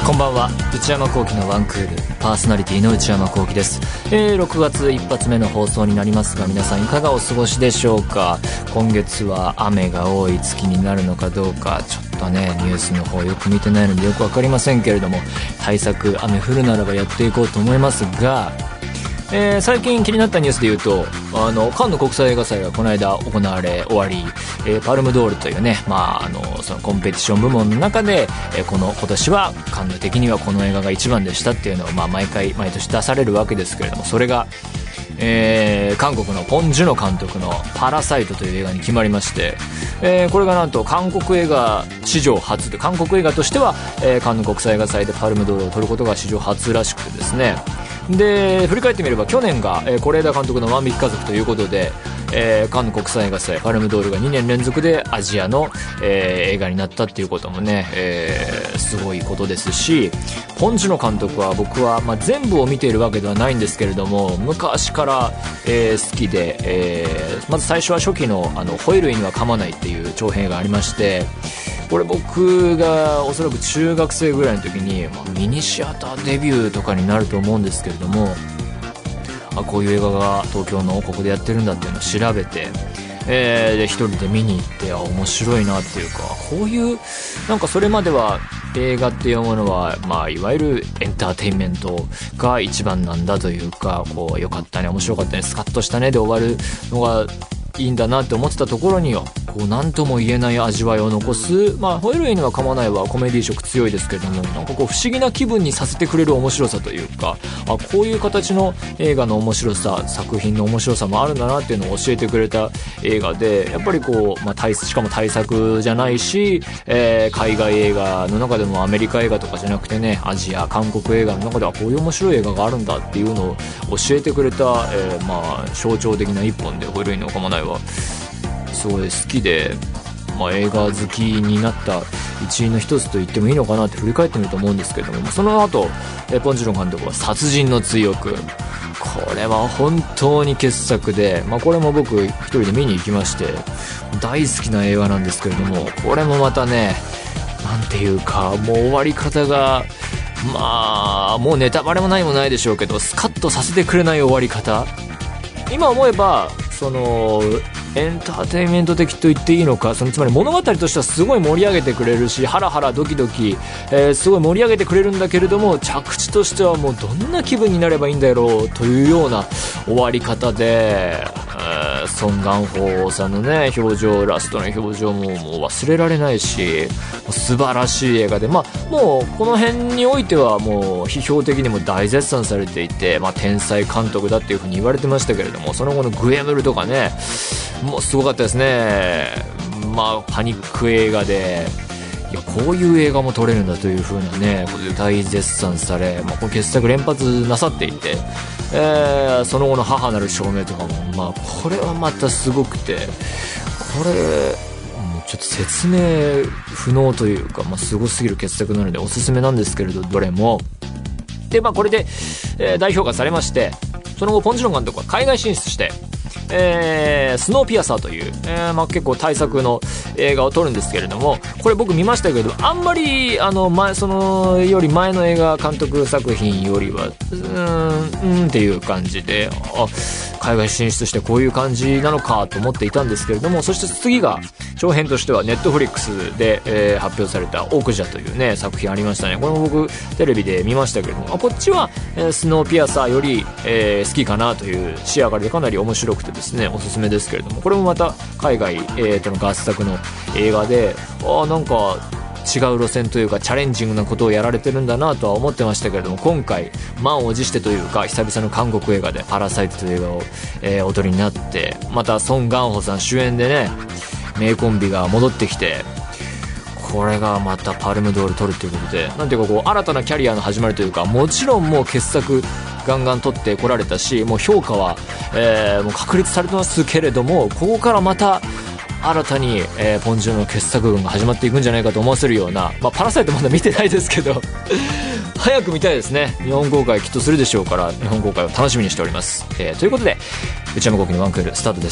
こんばんは。内山聖輝のワンクールパーソナリティの内山聖輝です。6月一発目の放送になりますが、皆さんいかがお過ごしでしょうか。今月は雨が多い月になるのかどうか、ちょっとねニュースの方よく見てないのでよくわかりませんけれども、対策雨降るならばやっていこうと思いますが、最近気になったニュースで言うと、カンヌ国際映画祭がこの間行われ終わり、パルムドールというね、そのコンペティション部門の中で、今年はカンヌ的にはこの映画が一番でしたっていうのを、毎年出されるわけですけれども、それが、韓国のポン・ジュノ監督のパラサイトという映画に決まりまして、これがなんと韓国映画史上初で、韓国映画としては、カンヌ国際映画祭でパルムドールを取ることが史上初らしくてですね、で振り返ってみれば去年が是枝監督の万引き家族ということで、カンヌ国際映画祭パルムドールが2年連続でアジアの、映画になったっていうこともね、すごいことですし、ポン・ジュノ監督は僕は、全部を見ているわけではないんですけれども、昔から、好きで、まず最初は初期の「吠える犬は噛まない」っていう長編がありまして、これ僕がおそらく中学生ぐらいの時に、ミニシアターデビューとかになると思うんですけれども、こういう映画が東京のここでやってるんだっていうのを調べて、で一人で見に行って、面白いなっていうか、こういうなんかそれまでは映画っていうものは、いわゆるエンターテインメントが一番なんだというか、こう良かったね、面白かったね、スカッとしたねで終わるのがいいんだなって思ってたところには、こう何とも言えない味わいを残す、吠える犬は噛まないはコメディ色強いですけれども、なんかこう不思議な気分にさせてくれる面白さというか、こういう形の映画の面白さ、作品の面白さもあるんだなっていうのを教えてくれた映画で、やっぱりこう、しかも大作じゃないし、海外映画の中でもアメリカ映画とかじゃなくてね、アジア韓国映画の中ではこういう面白い映画があるんだっていうのを教えてくれた、象徴的な一本で、吠える犬は噛まないはすごい好きで、映画好きになった一因の一つと言ってもいいのかなって振り返ってみると思うんですけれども、その後ポン・ジュノ監督は殺人の追憶、これは本当に傑作で、これも僕一人で見に行きまして大好きな映画なんですけれども、これもまたね、なんていうか、もう終わり方がもうネタバレもないもないでしょうけど、スカッとさせてくれない終わり方、今思えばそのエンターテインメント的と言っていいのか、つまり物語としてはすごい盛り上げてくれるし、ハラハラドキドキ、すごい盛り上げてくれるんだけれども、着地としてはもうどんな気分になればいいんだろうというような終わり方で、ソン・ガンホさんのね表情、ラストの表情ももう忘れられないし、素晴らしい映画で、もうこの辺においてはもう批評的にも大絶賛されていて、天才監督だっていう風に言われてましたけれども、その後のグエムルとかね、もうすごかったですね。パニック映画で、こういう映画も撮れるんだという風なねことで大絶賛され、この傑作連発なさっていて、その後の母なる証明とかも、これはまたすごくて、これもうちょっと説明不能というか、すごすぎる傑作なのでおすすめなんですけれど、どれもで、これで、大評価されまして、その後ポン・ジュノ監督は海外進出して、スノーピアサーという、結構大作の映画を撮るんですけれども、これ僕見ましたけど、あんまりそのより前の映画監督作品よりはっていう感じで、海外進出してこういう感じなのかと思っていたんですけれども、そして次が長編としてはネットフリックスで、発表されたオクジャというね作品ありましたね。これも僕テレビで見ましたけれども、こっちは、スノーピアサーより、好きかなという仕上がりでかなり面白くてですね、おすすめですけれども、これもまた海外、との合作の映画で、なんか違う路線というかチャレンジングなことをやられてるんだなとは思ってましたけれども、今回満を持してというか久々の韓国映画でパラサイトという映画を、お撮りになって、またソン・ガンホさん主演でね名コンビが戻ってきて、これがまたパルムドール撮るということで、なんていうかこう新たなキャリアの始まりというか、もちろんもう傑作ガンガン撮ってこられたし、もう評価は、もう確立されてますけれども、ここからまた新たに、ポン・ジュノの傑作群が始まっていくんじゃないかと思わせるような、パラサイトまだ見てないですけど早く見たいですね。日本公開きっとするでしょうから、日本公開を楽しみにしております。ということで内山聖輝のワンクールスタートです。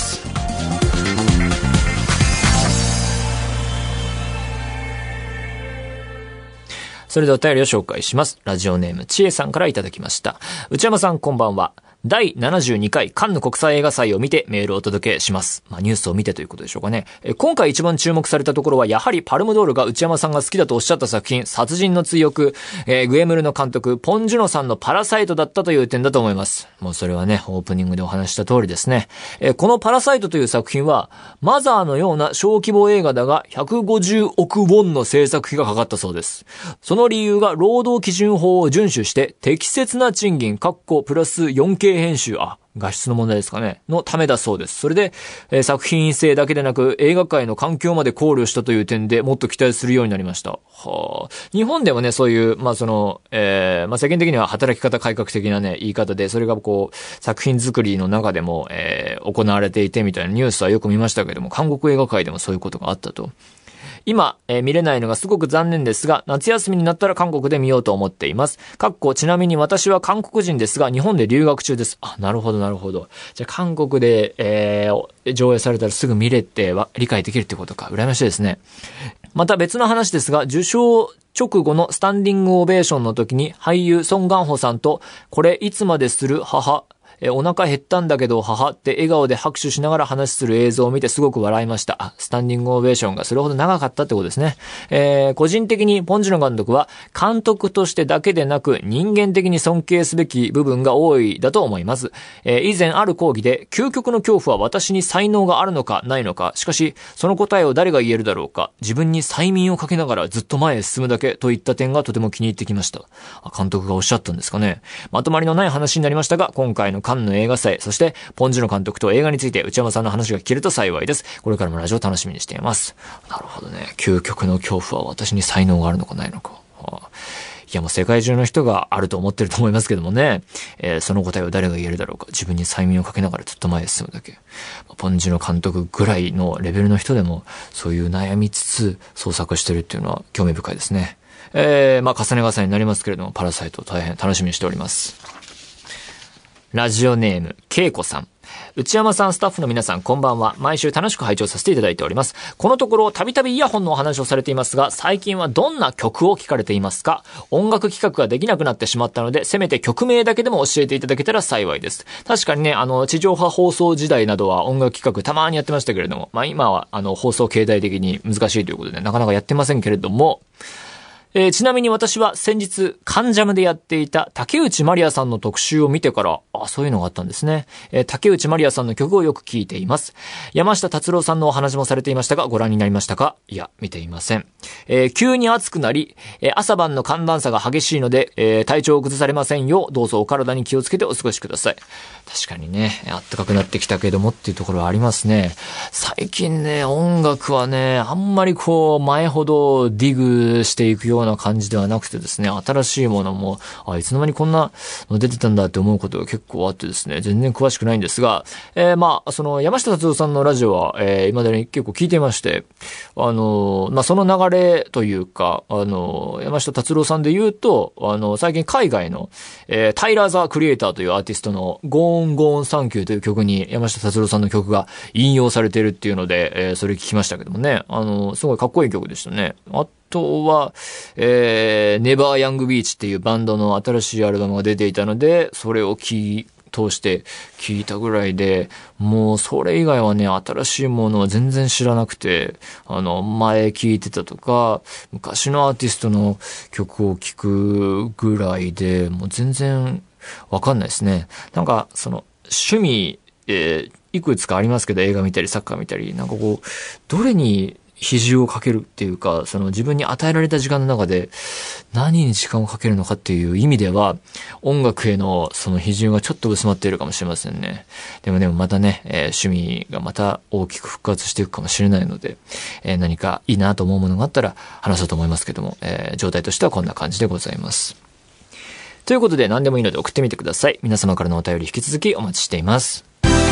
それではお便りを紹介します。ラジオネームちえさんからいただきました。内山さんこんばんは。第72回カンヌ国際映画祭を見てメールをお届けします。ニュースを見てということでしょうかね。今回一番注目されたところはやはりパルムドールが内山さんが好きだとおっしゃった作品、殺人の追憶、グエムルの監督、ポン・ジュノさんのパラサイトだったという点だと思います。もうそれはね、オープニングでお話した通りですね。このパラサイトという作品は、マザーのような小規模映画だが150億ウォンの制作費がかかったそうです。その理由が労働基準法を遵守して適切な賃金、プラス 4K編集、画質の問題ですかね、のためだそうです。それで、作品性だけでなく映画界の環境まで考慮したという点でもっと期待するようになりました。日本でもね、そういう、世間的には働き方改革的なね、言い方で、それが作品作りの中でも、行われていてみたいなニュースはよく見ましたけども、韓国映画界でもそういうことがあったと。今、見れないのがすごく残念ですが、夏休みになったら韓国で見ようと思っています。ちなみに私は韓国人ですが、日本で留学中です。なるほど、なるほど。じゃあ韓国で、上映されたらすぐ見れて理解できるってことか。羨ましいですね。また別の話ですが、受賞直後のスタンディングオベーションの時に俳優ソン・ガンホさんと、これいつまでする母、お腹減ったんだけど母って笑顔で拍手しながら話する映像を見てすごく笑いました。スタンディングオベーションがそれほど長かったってことですね。個人的にポン・ジュノ監督は監督としてだけでなく人間的に尊敬すべき部分が多いだと思います。以前ある講義で究極の恐怖は私に才能があるのかないのか、しかしその答えを誰が言えるだろうか、自分に催眠をかけながらずっと前へ進むだけといった点がとても気に入ってきました。監督がおっしゃったんですかね。まとまりのない話になりましたが、今回のカンヌ映画祭、そしてポン・ジュノ監督と映画について内山さんの話が聞けると幸いです。これからもラジオ楽しみにしています。なるほどね。究極の恐怖は私に才能があるのかないのか。いや、もう世界中の人があると思ってると思いますけどもね。その答えを誰が言えるだろうか。自分に催眠をかけながらずっと前へ進むだけ。ポン・ジュノ監督ぐらいのレベルの人でもそういう悩みつつ創作してるっていうのは興味深いですね。重ね重ねになりますけれども、パラサイトを大変楽しみにしております。ラジオネーム、ケイコさん。内山さん、スタッフの皆さん、こんばんは。毎週楽しく拝聴させていただいております。このところ、たびたびイヤホンのお話をされていますが、最近はどんな曲を聴かれていますか？音楽企画ができなくなってしまったので、せめて曲名だけでも教えていただけたら幸いです。確かにね、地上波放送時代などは音楽企画たまにやってましたけれども、今は、放送形態的に難しいということで、なかなかやってませんけれども、ちなみに私は先日、カンジャムでやっていた竹内まりやさんの特集を見てから、そういうのがあったんですね。竹内まりやさんの曲をよく聴いています。山下達郎さんのお話もされていましたが、ご覧になりましたか？いや、見ていません。急に暑くなり、朝晩の寒暖差が激しいので、体調を崩されませんよう、どうぞお体に気をつけてお過ごしください。確かにね、暖かくなってきたけどもっていうところはありますね。最近ね、音楽はね、あんまり前ほどディグしていくような感じではなくてですね、新しいものも、いつの間にこんなの出てたんだって思うことが結構あってですね、全然詳しくないんですが、その山下達郎さんのラジオは、今までに結構聞いていまして、その流れというか、山下達郎さんで言うと、最近海外の、タイラー・ザ・クリエイターというアーティストのゴーン・ゴーン・サンキューという曲に山下達郎さんの曲が引用されているっていうので、それ聞きましたけどもね、すごいかっこいい曲でしたね。あとは、ネバー・ヤング・ビーチっていうバンドの新しいアルバムが出ていたので、それを通して聞いたぐらいで、もうそれ以外はね、新しいものは全然知らなくて、前聞いてたとか、昔のアーティストの曲を聞くぐらいで、もう全然わかんないですね。なんか、趣味、いくつかありますけど、映画見たりサッカー見たり、なんかどれに比重をかけるっていうか、自分に与えられた時間の中で何に時間をかけるのかっていう意味では、音楽への比重がちょっと薄まっているかもしれませんね。でもまたね、趣味がまた大きく復活していくかもしれないので、何かいいなと思うものがあったら話そうと思いますけども、状態としてはこんな感じでございます。ということで何でもいいので送ってみてください。皆様からのお便り引き続きお待ちしています。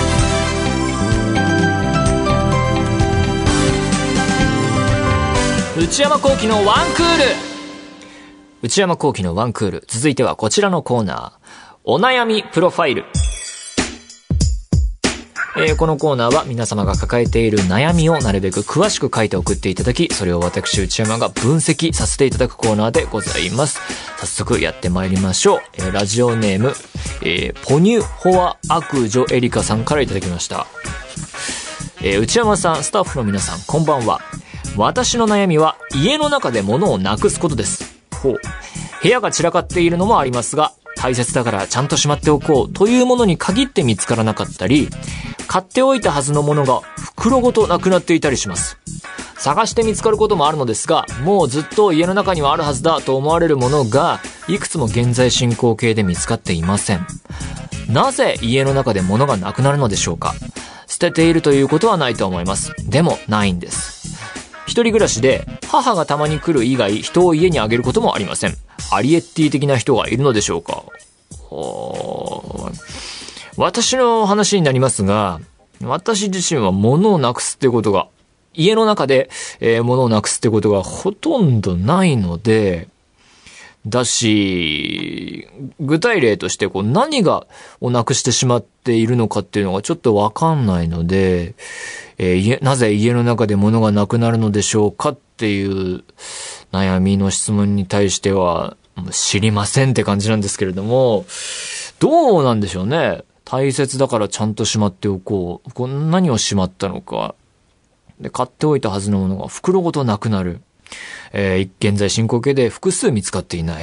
内山聖輝のワンクール。内山聖輝のワンクール。続いてはこちらのコーナー。お悩みプロファイル。 このコーナーは皆様が抱えている悩みをなるべく詳しく書いて送っていただき、それを私内山が分析させていただくコーナーでございます。早速やってまいりましょう。ラジオネーム、ポニュホア悪女エリカさんからいただきました。内山さん、スタッフの皆さん、こんばんは。私の悩みは家の中で物をなくすことです。部屋が散らかっているのもありますが、大切だからちゃんとしまっておこうというものに限って見つからなかったり、買っておいたはずのものが袋ごとなくなっていたりします。探して見つかることもあるのですが、もうずっと家の中にはあるはずだと思われるものがいくつも現在進行形で見つかっていません。なぜ家の中で物がなくなるのでしょうか。捨てているということはないと思います。でもないんです。一人暮らしで母がたまに来る以外人を家にあげることもありません。アリエッティ的な人がいるのでしょうか。私の話になりますが、私自身は物をなくすってことが、家の中で、物をなくすってことがほとんどないので、だし、具体例として何がをなくしてしまっているのかっていうのがちょっとわかんないので、なぜ家の中で物がなくなるのでしょうかっていう悩みの質問に対しては知りませんって感じなんですけれども、どうなんでしょうね。大切だからちゃんとしまっておこう。何をしまったのか。で、買っておいたはずのものが袋ごとなくなる。現在進行形で複数見つかっていない。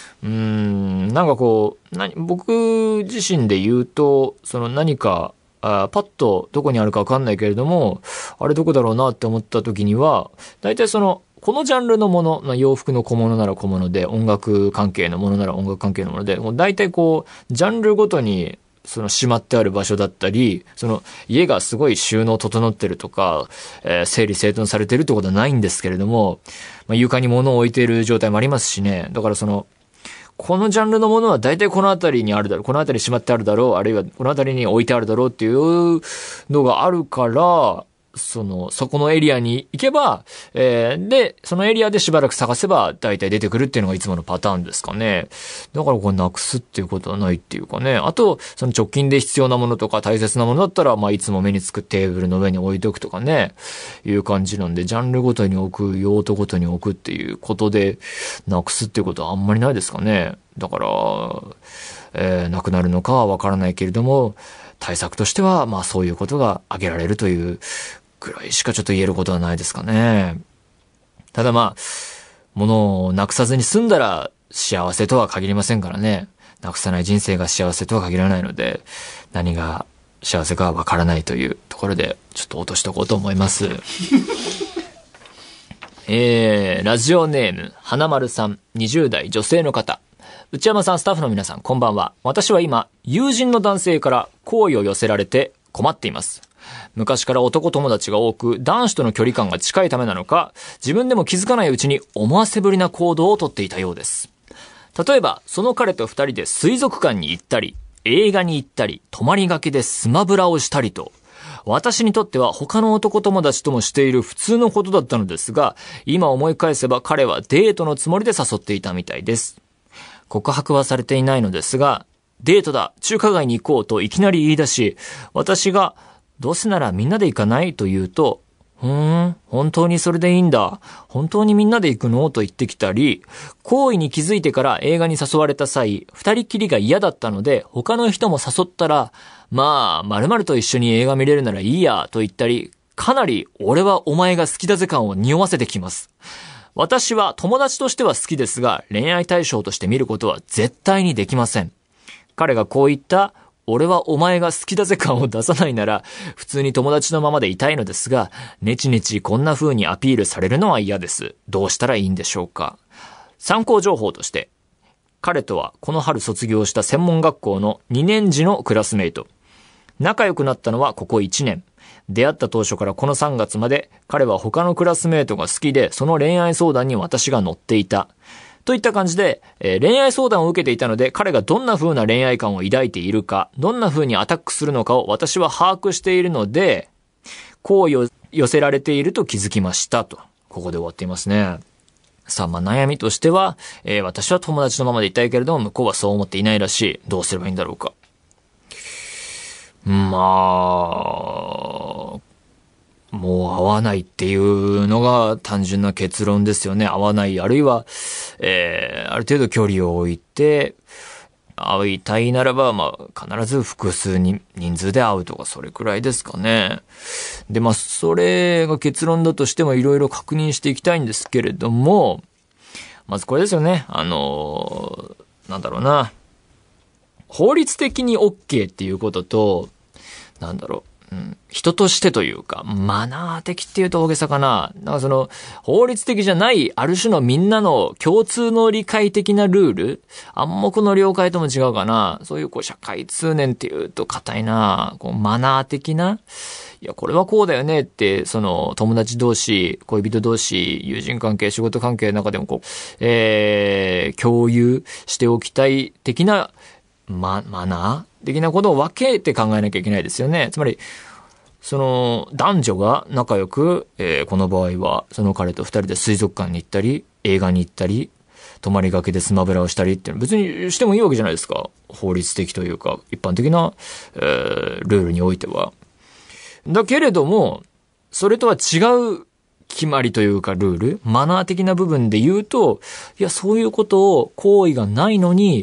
僕自身で言うと、何か、パッとどこにあるかわかんないけれども、あれどこだろうなって思った時には、大体このジャンルのもの、洋服の小物なら小物で、音楽関係のものなら音楽関係のもので、もう大体ジャンルごとに、しまってある場所だったり、家がすごい収納整ってるとか、整理整頓されてるってことはないんですけれども、床に物を置いている状態もありますしね。だからこのジャンルのものは大体この辺りにあるだろう、この辺りしまってあるだろう、あるいはこの辺りに置いてあるだろうっていうのがあるから、そこのエリアに行けば、で、そのエリアでしばらく探せば大体出てくるっていうのがいつものパターンですかね。だからなくすっていうことはないっていうかね。あと、直近で必要なものとか大切なものだったら、いつも目につくテーブルの上に置いとくとかね、いう感じなんで、ジャンルごとに置く、用途ごとに置くっていうことで、なくすっていうことはあんまりないですかね。だから、なくなるのかはわからないけれども、対策としては、そういうことが挙げられるというくらいしかちょっと言えることはないですかね。ただ物をなくさずに済んだら幸せとは限りませんからね。なくさない人生が幸せとは限らないので、何が幸せかはわからないというところで、ちょっと落としとこうと思います。ラジオネーム、花丸さん、20代女性の方。内山さん、スタッフの皆さん、こんばんは。私は今、友人の男性から好意を寄せられて困っています。昔から男友達が多く、男子との距離感が近いためなのか、自分でも気づかないうちに思わせぶりな行動をとっていたようです。例えば、その彼と二人で水族館に行ったり、映画に行ったり、泊まりがけでスマブラをしたりと、私にとっては他の男友達ともしている普通のことだったのですが、今思い返せば彼はデートのつもりで誘っていたみたいです。告白はされていないのですが、デートだ、中華街に行こうといきなり言い出し、私が、どうせならみんなで行かないと言うと、本当にそれでいいんだ。本当にみんなで行くのと言ってきたり、好意に気づいてから映画に誘われた際、二人きりが嫌だったので、他の人も誘ったら、〇〇と一緒に映画見れるならいいや、と言ったり、かなり俺はお前が好きだぜ感を匂わせてきます。私は友達としては好きですが、恋愛対象として見ることは絶対にできません。彼がこう言った、俺はお前が好きだぜ感を出さないなら、普通に友達のままでいたいのですが、ネチネチこんな風にアピールされるのは嫌です。どうしたらいいんでしょうか。参考情報として、彼とはこの春卒業した専門学校の2年次のクラスメイト。仲良くなったのはここ1年。出会った当初からこの3月まで、彼は他のクラスメイトが好きで、その恋愛相談に私が乗っていた。といった感じで、恋愛相談を受けていたので、彼がどんな風な恋愛観を抱いているか、どんな風にアタックするのかを私は把握しているので、好意を寄せられていると気づきましたと。ここで終わっていますね。さあ、悩みとしては、私は友達のままでいたいけれども、向こうはそう思っていないらしい。どうすればいいんだろうか。 もう合わないっていうのが単純な結論ですよね。合わない、あるいは、ある程度距離を置いて、会いたいならば、必ず複数人数で会うとか、それくらいですかね。で、それが結論だとしてもいろいろ確認していきたいんですけれども、まずこれですよね。なんだろうな。法律的に OK っていうことと、人としてというか、マナー的っていうと大げさかな。法律的じゃない、ある種のみんなの共通の理解的なルール、暗黙の了解とも違うかな。そういう社会通念っていうと硬いな。マナー的な。いや、これはこうだよねって、友達同士、恋人同士、友人関係、仕事関係の中でも共有しておきたい的な、マナー的なことを分けて考えなきゃいけないですよね。つまり、男女が仲良く、この場合は、その彼と二人で水族館に行ったり、映画に行ったり、泊まりがけでスマブラをしたりっていうのは別にしてもいいわけじゃないですか。法律的というか、一般的な、ルールにおいては。だけれども、それとは違う決まりというかルール、マナー的な部分で言うと、いや、そういうことを行為がないのに、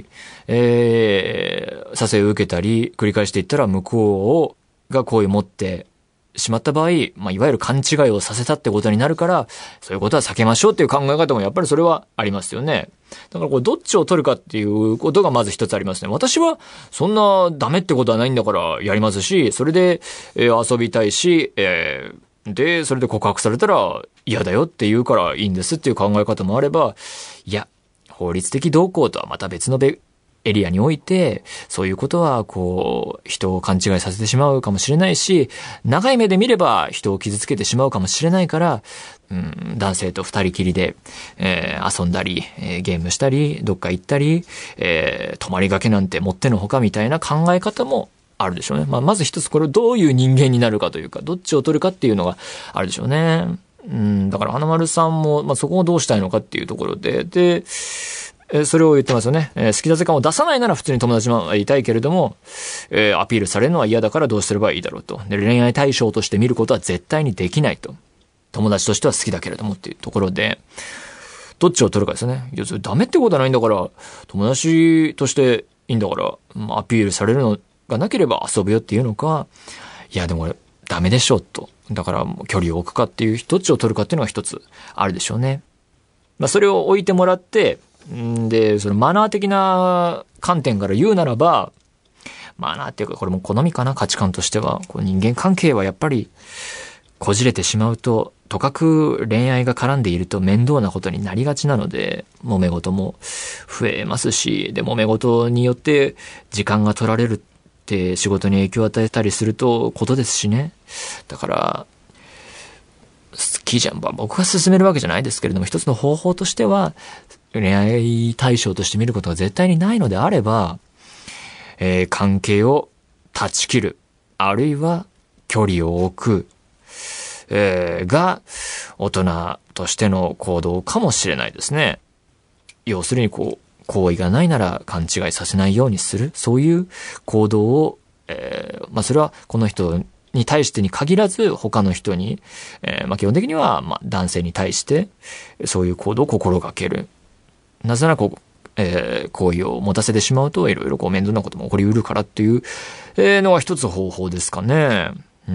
させを受けたり、繰り返していったら向こうが行為を持ってしまった場合、いわゆる勘違いをさせたってことになるから、そういうことは避けましょうっていう考え方もやっぱりそれはありますよね。だからどっちを取るかっていうことがまず一つありますね。私はそんなダメってことはないんだからやりますし、それで、遊びたいし、で、それで告白されたら嫌だよって言うからいいんですっていう考え方もあれば、いや、法律的動向とはまた別のエリアにおいて、そういうことは人を勘違いさせてしまうかもしれないし、長い目で見れば人を傷つけてしまうかもしれないから、男性と二人きりで、遊んだり、ゲームしたり、どっか行ったり、泊まりがけなんてもってのほかみたいな考え方もあるでしょうね。まず一つこれをどういう人間になるかというか、どっちを取るかっていうのがあるでしょうね。だから花丸さんも、そこをどうしたいのかっていうところで、それを言ってますよね。好きな時間を出さないなら普通に友達もいたいけれども、アピールされるのは嫌だからどうすればいいだろうと。で、恋愛対象として見ることは絶対にできないと。友達としては好きだけれどもっていうところで、どっちを取るかですね。いや、それダメってことはないんだから、友達としていいんだから、アピールされるのがなければ遊ぶよっていうのか、いや、でも俺、ダメでしょと。だから、距離を置くかっていう、どっちを取るかっていうのが一つあるでしょうね。それを置いてもらって、で、そのマナー的な観点から言うならば、マナーっていうかこれも好みかな、価値観としては。人間関係はやっぱりこじれてしまうと、とかく恋愛が絡んでいると面倒なことになりがちなので、揉め事も増えますし、で、揉め事によって時間が取られるって仕事に影響を与えたりすることですしね。だから、好きじゃん。僕が勧めるわけじゃないですけれども、一つの方法としては、恋愛対象として見ることが絶対にないのであれば、関係を断ち切る、あるいは距離を置く、が大人としての行動かもしれないですね。要するに行為がないなら勘違いさせないようにする、そういう行動を、それはこの人に対してに限らず他の人に、基本的には男性に対してそういう行動を心がける。なぜなら行為を持たせてしまうといろいろ面倒なことも起こりうるからっていうのが一つ方法ですかね。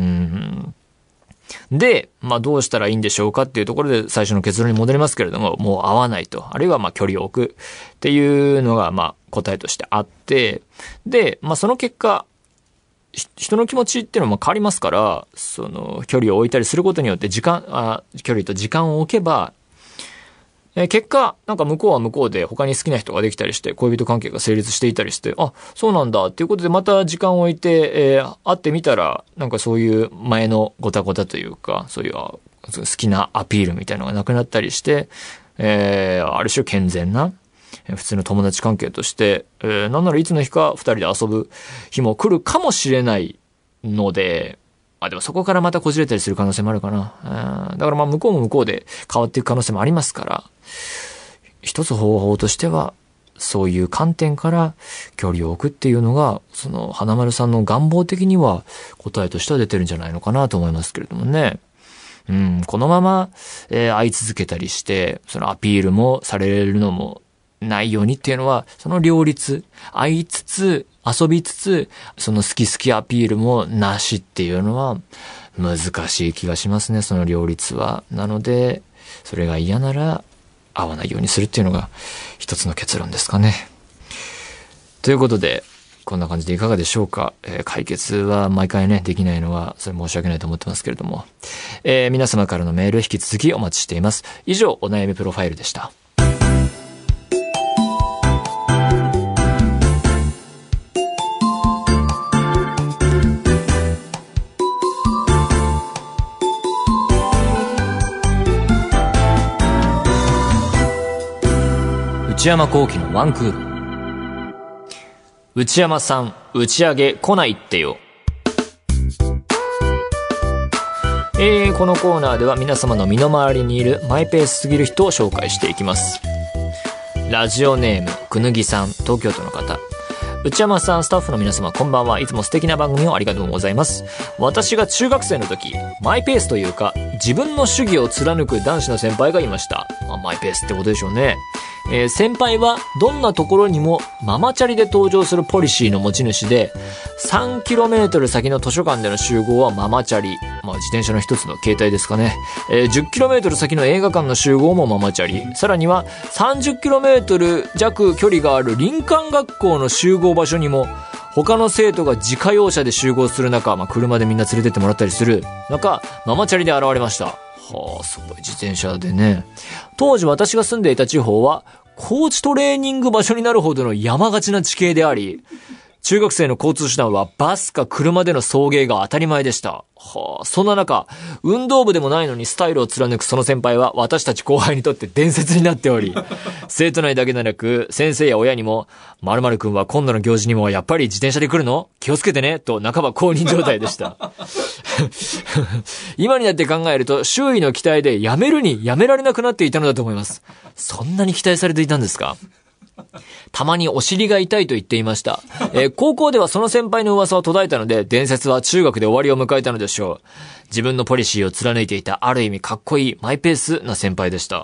で、どうしたらいいんでしょうかっていうところで最初の結論に戻りますけれども、もう合わないと、あるいは距離を置くっていうのが答えとしてあって、で、その結果、人の気持ちっていうのは変わりますから、その距離を置いたりすることによって距離と時間を置けば、結果、向こうは向こうで他に好きな人ができたりして、恋人関係が成立していたりして、あ、そうなんだっていうことでまた時間を置いて、会ってみたら、そういう前のごたごたというか、そういう好きなアピールみたいなのがなくなったりして、ある種健全な、普通の友達関係として、なんならいつの日か二人で遊ぶ日も来るかもしれないので、でもそこからまたこじれたりする可能性もあるかな。だから向こうも向こうで変わっていく可能性もありますから、一つ方法としては、 そういう観点から距離を置くっていうのが、その花丸さんの願望的には答えとしては出てるんじゃないのかなと思いますけれどもね。このまま、会い続けたりして、そのアピールもされるのもないようにっていうのは、その両立、会いつつ、遊びつつ、その好き好きアピールもなしっていうのは難しい気がしますね、その両立は。なので、それが嫌なら会わないようにするっていうのが一つの結論ですかね。ということで、こんな感じでいかがでしょうか。解決は毎回ね、できないのは、それ申し訳ないと思ってますけれども。皆様からのメール引き続きお待ちしています。以上、お悩みプロファイルでした。内山聖輝のワンクール。内山さん、打ち上げ来ないってよ。このコーナーでは皆様の身の回りにいるマイペースすぎる人を紹介していきます。ラジオネームくぬぎさん、東京都の方。内山さん、スタッフの皆様こんばんは。いつも素敵な番組をありがとうございます。私が中学生の時、マイペースというか自分の主義を貫く男子の先輩がいました。マイペースってことでしょうね。先輩はどんなところにもママチャリで登場するポリシーの持ち主で、3km 先の図書館での集合はママチャリ、自転車の一つの形態ですかね。10km 先の映画館の集合もママチャリ、さらには 30km 弱距離がある林間学校の集合場所にも他の生徒が自家用車で集合する中、車でみんな連れてってもらったりする中、ママチャリで現れました。すごい自転車でね。当時私が住んでいた地方は高地トレーニング場所になるほどの山がちな地形であり、中学生の交通手段はバスか車での送迎が当たり前でした。そんな中、運動部でもないのにスタイルを貫くその先輩は私たち後輩にとって伝説になっており、生徒内だけでなく先生や親にも、〇〇くんは今度の行事にもやっぱり自転車で来るの？気をつけてねと半ば公認状態でした。今になって考えると周囲の期待でやめるにやめられなくなっていたのだと思います。そんなに期待されていたんですか？たまにお尻が痛いと言っていました。高校ではその先輩の噂は途絶えたので、伝説は中学で終わりを迎えたのでしょう。自分のポリシーを貫いていたある意味かっこいいマイペースな先輩でした。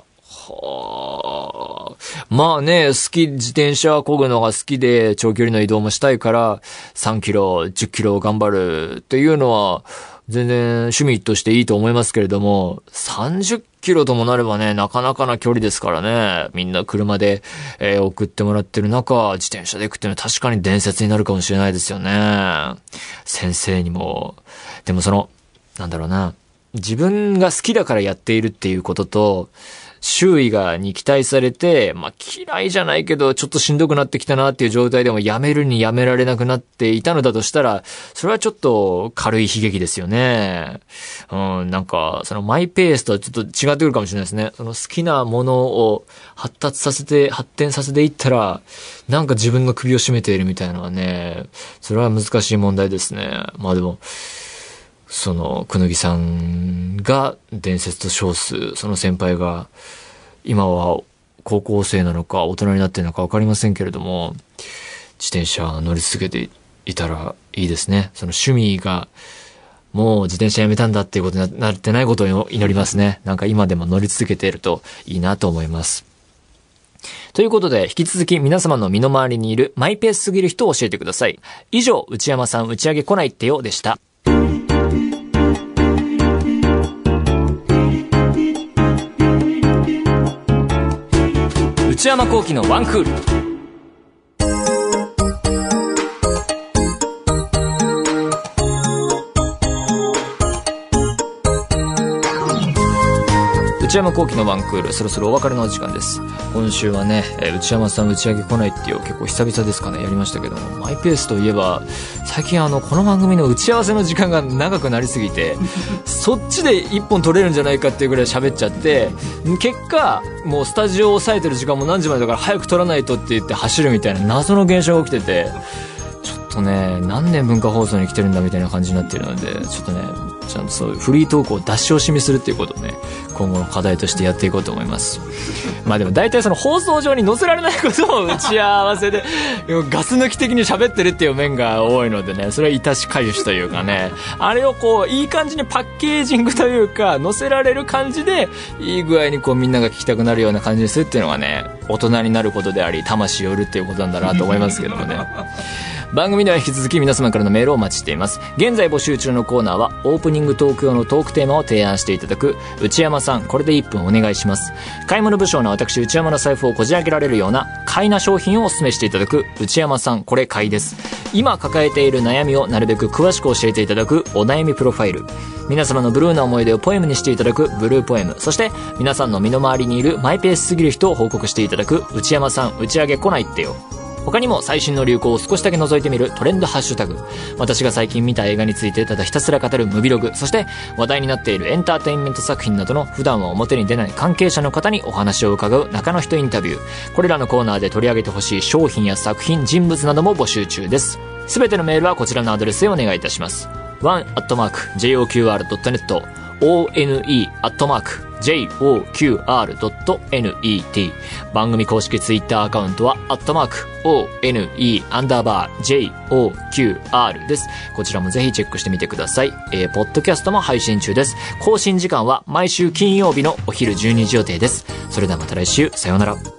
好き、自転車漕ぐのが好きで長距離の移動もしたいから3キロ、10キロ頑張るっていうのは全然趣味としていいと思いますけれども、30キロともなればね、なかなかな距離ですからね。みんな車で、送ってもらってる中、自転車で行くっていうのは確かに伝説になるかもしれないですよね。先生にも。でも自分が好きだからやっているっていうことと、周囲に期待されて、嫌いじゃないけどちょっとしんどくなってきたなっていう状態でもやめるにやめられなくなっていたのだとしたら、それはちょっと軽い悲劇ですよね。そのマイペースとはちょっと違ってくるかもしれないですね。その好きなものを発展させていったら、自分の首を絞めているみたいなのはね、それは難しい問題ですね。でも、そのくぬぎさんが伝説と称すその先輩が今は高校生なのか大人になってるのか分かりませんけれども、自転車乗り続けていたらいいですね。その趣味がもう自転車やめたんだっていうことになってないことを祈りますね。今でも乗り続けているといいなと思います。ということで、引き続き皆様の身の回りにいるマイペースすぎる人を教えてください。以上、内山さん打ち上げ来ないってよでした。内山聖輝のワンクール。内山聖輝のワンクール、そろそろお別れのお時間です。今週はね、内山さん打ち上げ来ないっていう結構久々ですかね、やりましたけども、マイペースといえば最近この番組の打ち合わせの時間が長くなりすぎてそっちで一本取れるんじゃないかっていうぐらい喋っちゃって、結果もうスタジオを抑えてる時間も何時までだから早く取らないとって言って走るみたいな謎の現象が起きてて、ちょっとね、何年文化放送に来てるんだみたいな感じになってるので、ちょっとね、ちゃんとそういうフリートークを出し惜しみするっていうことをね、 今後の課題としてやっていこうと思います。まあでも大体その放送上に載せられないことを打ち合わせでガス抜き的に喋ってるっていう面が多いのでね、それは致し返しというかね、あれをこういい感じにパッケージングというか載せられる感じでいい具合にこうみんなが聞きたくなるような感じにするっていうのがね、大人になることであり魂を売るっていうことなんだなと思いますけどもね。番組では引き続き皆様からのメールをお待ちしています。現在募集中のコーナーはオープニングトーク用のトークテーマを提案していただく内山さんこれで1分お願いします。買い物不詳な私内山の財布をこじ開けられるような買いな商品をお勧めしていただく内山さんこれ買いです。今抱えている悩みをなるべく詳しく教えていただくお悩みプロファイル、皆様のブルーな思い出をポエムにしていただくブルーポエム、そして皆さんの身の回りにいるマイペースすぎる人を報告していただく内山さん打ち上げ来ないってよ。他にも最新の流行を少しだけ覗いてみるトレンドハッシュタグ、私が最近見た映画についてただひたすら語るムビログ、そして話題になっているエンターテインメント作品などの普段は表に出ない関係者の方にお話を伺う中の人インタビュー、これらのコーナーで取り上げてほしい商品や作品、人物なども募集中です。すべてのメールはこちらのアドレスへお願いいたします。one@joqr.net one@joqr.net 番組公式ツイッターアカウントは@one_joqr です。こちらもぜひチェックしてみてください。ポッドキャストも配信中です。更新時間は毎週金曜日のお昼12時予定です。それではまた来週、さようなら。